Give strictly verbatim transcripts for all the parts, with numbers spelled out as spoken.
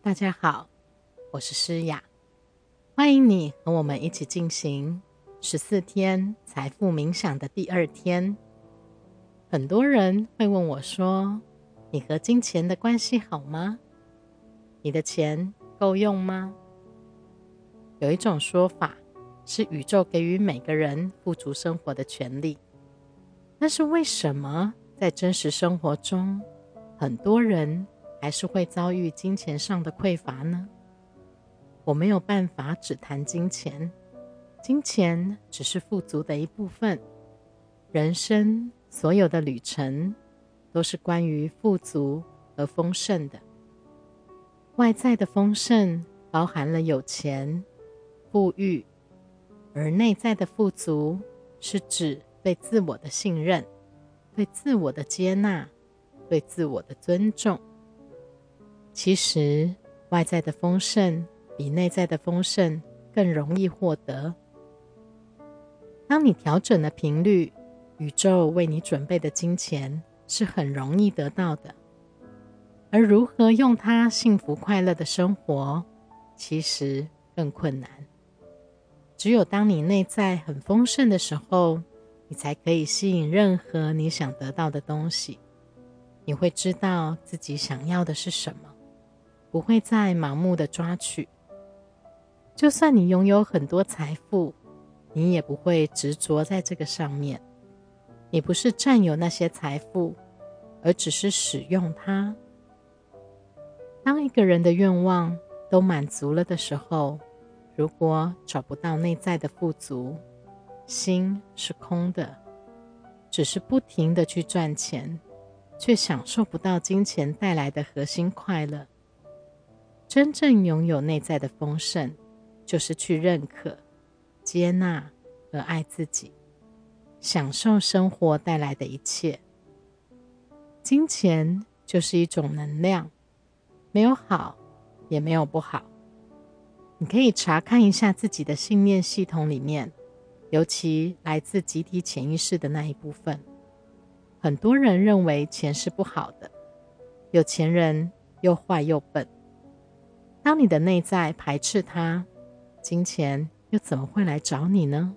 大家好，我是诗雅，欢迎你和我们一起进行十四天财富冥想的第二天。很多人会问我说，你和金钱的关系好吗？你的钱够用吗？有一种说法是宇宙给予每个人富足生活的权利，但是为什么在真实生活中，很多人还是会遭遇金钱上的匮乏呢？我没有办法只谈金钱，金钱只是富足的一部分。人生所有的旅程都是关于富足和丰盛的。外在的丰盛包含了有钱、富裕，而内在的富足是指对自我的信任，对自我的接纳，对自我的尊重。其实外在的丰盛比内在的丰盛更容易获得。当你调整了频率，宇宙为你准备的金钱是很容易得到的。而如何用它幸福快乐的生活，其实更困难。只有当你内在很丰盛的时候，你才可以吸引任何你想得到的东西。你会知道自己想要的是什么，不会再盲目的抓取。就算你拥有很多财富，你也不会执着在这个上面。你不是占有那些财富，而只是使用它。当一个人的愿望都满足了的时候，如果找不到内在的富足，心是空的，只是不停地去赚钱，却享受不到金钱带来的核心快乐。真正拥有内在的丰盛，就是去认可、接纳和爱自己，享受生活带来的一切。金钱就是一种能量，没有好，也没有不好。你可以查看一下自己的信念系统里面，尤其来自集体潜意识的那一部分。很多人认为钱是不好的，有钱人又坏又笨。当你的内在排斥它，金钱又怎么会来找你呢？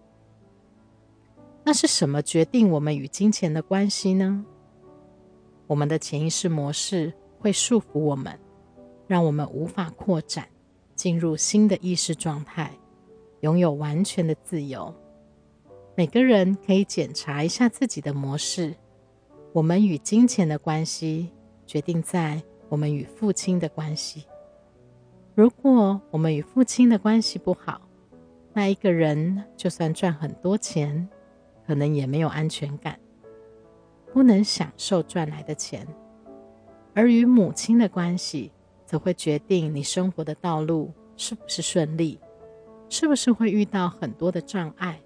那是什么决定我们与金钱的关系呢？我们的潜意识模式会束缚我们，让我们无法扩展，进入新的意识状态，拥有完全的自由。每个人可以检查一下自己的模式。我们与金钱的关系决定在我们与父亲的关系。如果我们与父亲的关系不好，那一个人就算赚很多钱，可能也没有安全感，不能享受赚来的钱。而与母亲的关系则会决定你生活的道路是不是顺利，是不是会遇到很多的障碍。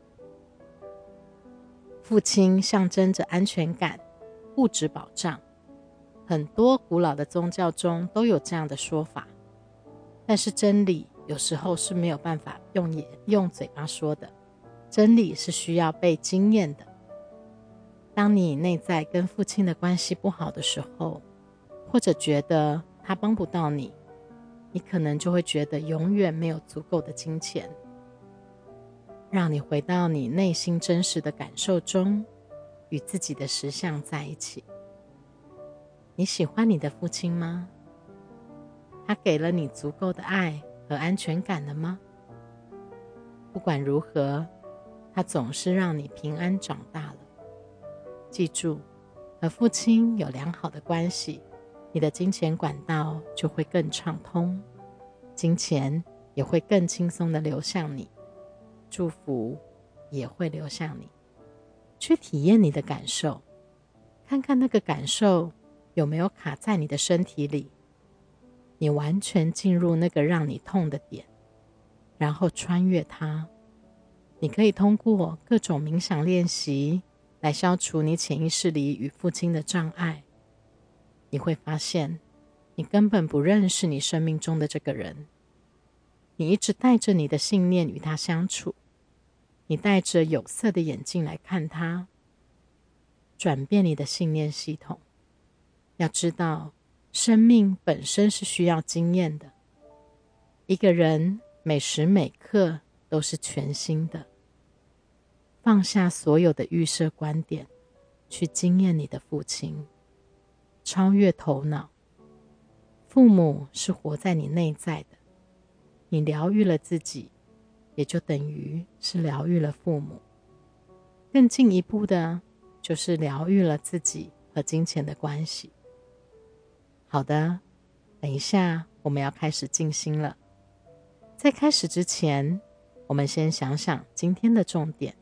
父亲象征着安全感、物质保障，很多古老的宗教中都有这样的说法。但是真理有时候是没有办法用眼用嘴巴说的，真理是需要被经验的。当你内在跟父亲的关系不好的时候，或者觉得他帮不到你，你可能就会觉得永远没有足够的金钱。让你回到你内心真实的感受中，与自己的实相在一起。你喜欢你的父亲吗？他给了你足够的爱和安全感了吗？不管如何，他总是让你平安长大了。记住，和父亲有良好的关系，你的金钱管道就会更畅通，金钱也会更轻松地流向你，祝福也会流向你。去体验你的感受，看看那个感受有没有卡在你的身体里。你完全进入那个让你痛的点，然后穿越它。你可以通过各种冥想练习来消除你潜意识里与父亲的障碍。你会发现，你根本不认识你生命中的这个人。你一直带着你的信念与他相处，你戴着有色的眼镜来看他。转变你的信念系统。要知道， 生命本身是需要经验的，一个人每时每刻都是全新的。放下所有的预设观点，去经验你的父亲，超越头脑。父母是活在你内在的，你疗愈了自己，也就等于是疗愈了父母。更进一步的，就是疗愈了自己和金钱的关系。好的，等一下我们要开始静心了。在开始之前，我们先想想今天的重点。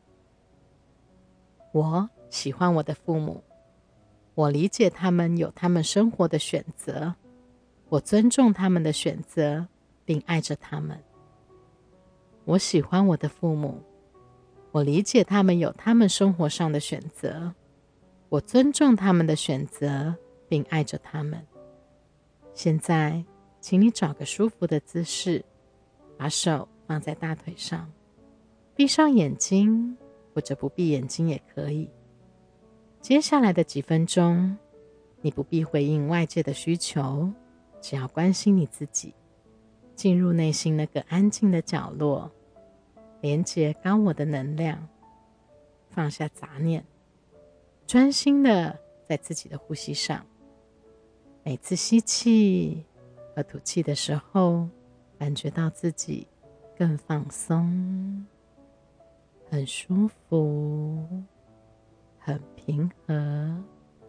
我喜欢我的父母，我理解他们有他们生活的选择，我尊重他们的选择，并爱着他们。我喜欢我的父母，我理解他们有他们生活上的选择，我尊重他们的选择，并爱着他们。现在，请你找个舒服的姿势，把手放在大腿上，闭上眼睛，或者不闭眼睛也可以。接下来的几分钟，你不必回应外界的需求，只要关心你自己，进入内心那个安静的角落，连接高我的能量，放下杂念，专心的在自己的呼吸上。每次吸气和吐气的时候，感觉到自己更放松，很舒服，很平和。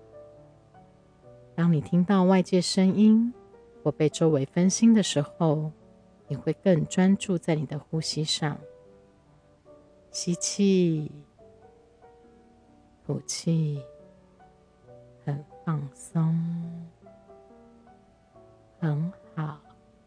当你听到外界声音或被周围分心的时候，你会更专注在你的呼吸上。吸气，吐气，很放松，很好。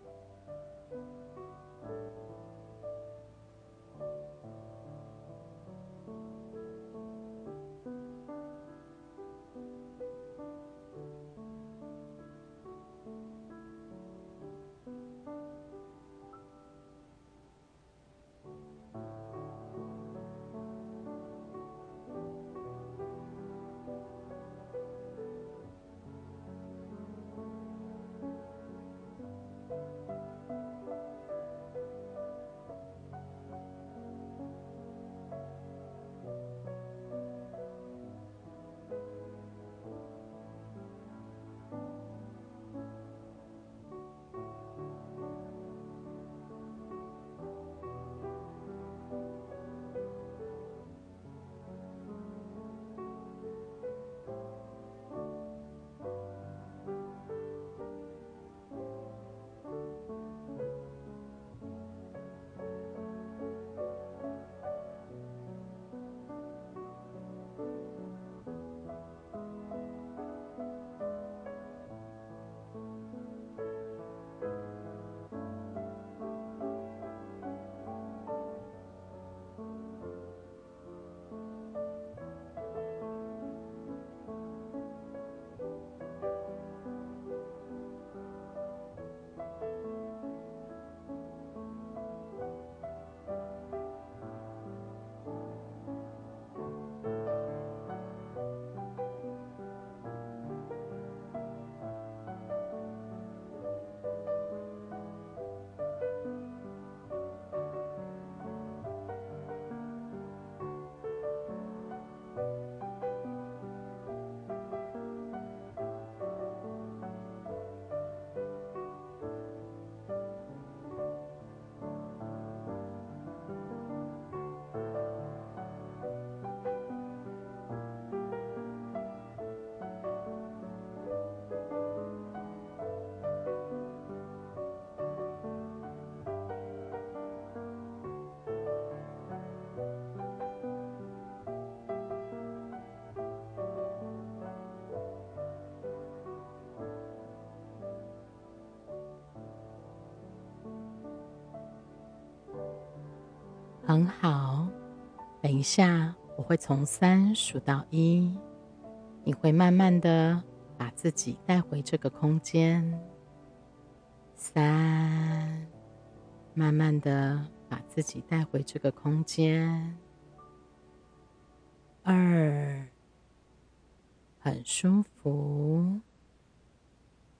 很好，等一下我会从三数到一，你会慢慢的把自己带回这个空间。三，慢慢的把自己带回这个空间。二，很舒服。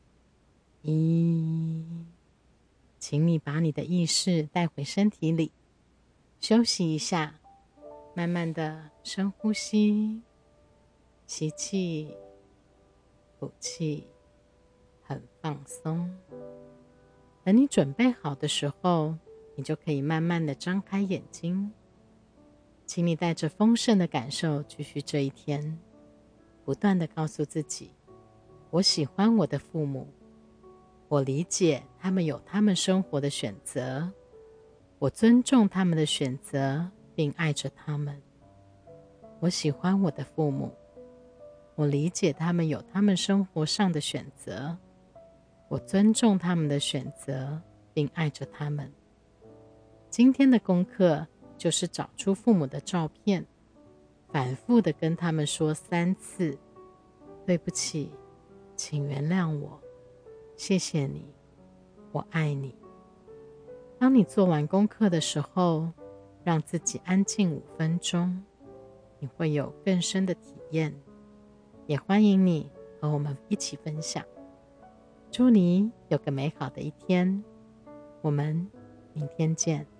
请你把你的意识带回身体里，休息一下，慢慢的深呼吸，吸气，吐气，很放松。等你准备好的时候，你就可以慢慢的张开眼睛。请你带着丰盛的感受继续这一天，不断的告诉自己，我喜欢我的父母，我理解他们有他们生活的选择，我尊重他们的选择，并爱着他们。我喜欢我的父母，我理解他们有他们生活上的选择，我尊重他们的选择，并爱着他们。今天的功课就是找出父母的照片，反复的跟他们说三次，对不起，请原谅我，谢谢你，我爱你。当你做完功课的时候，让自己安静五分钟，你会有更深的体验。也欢迎你和我们一起分享。祝你有个美好的一天，我们明天见。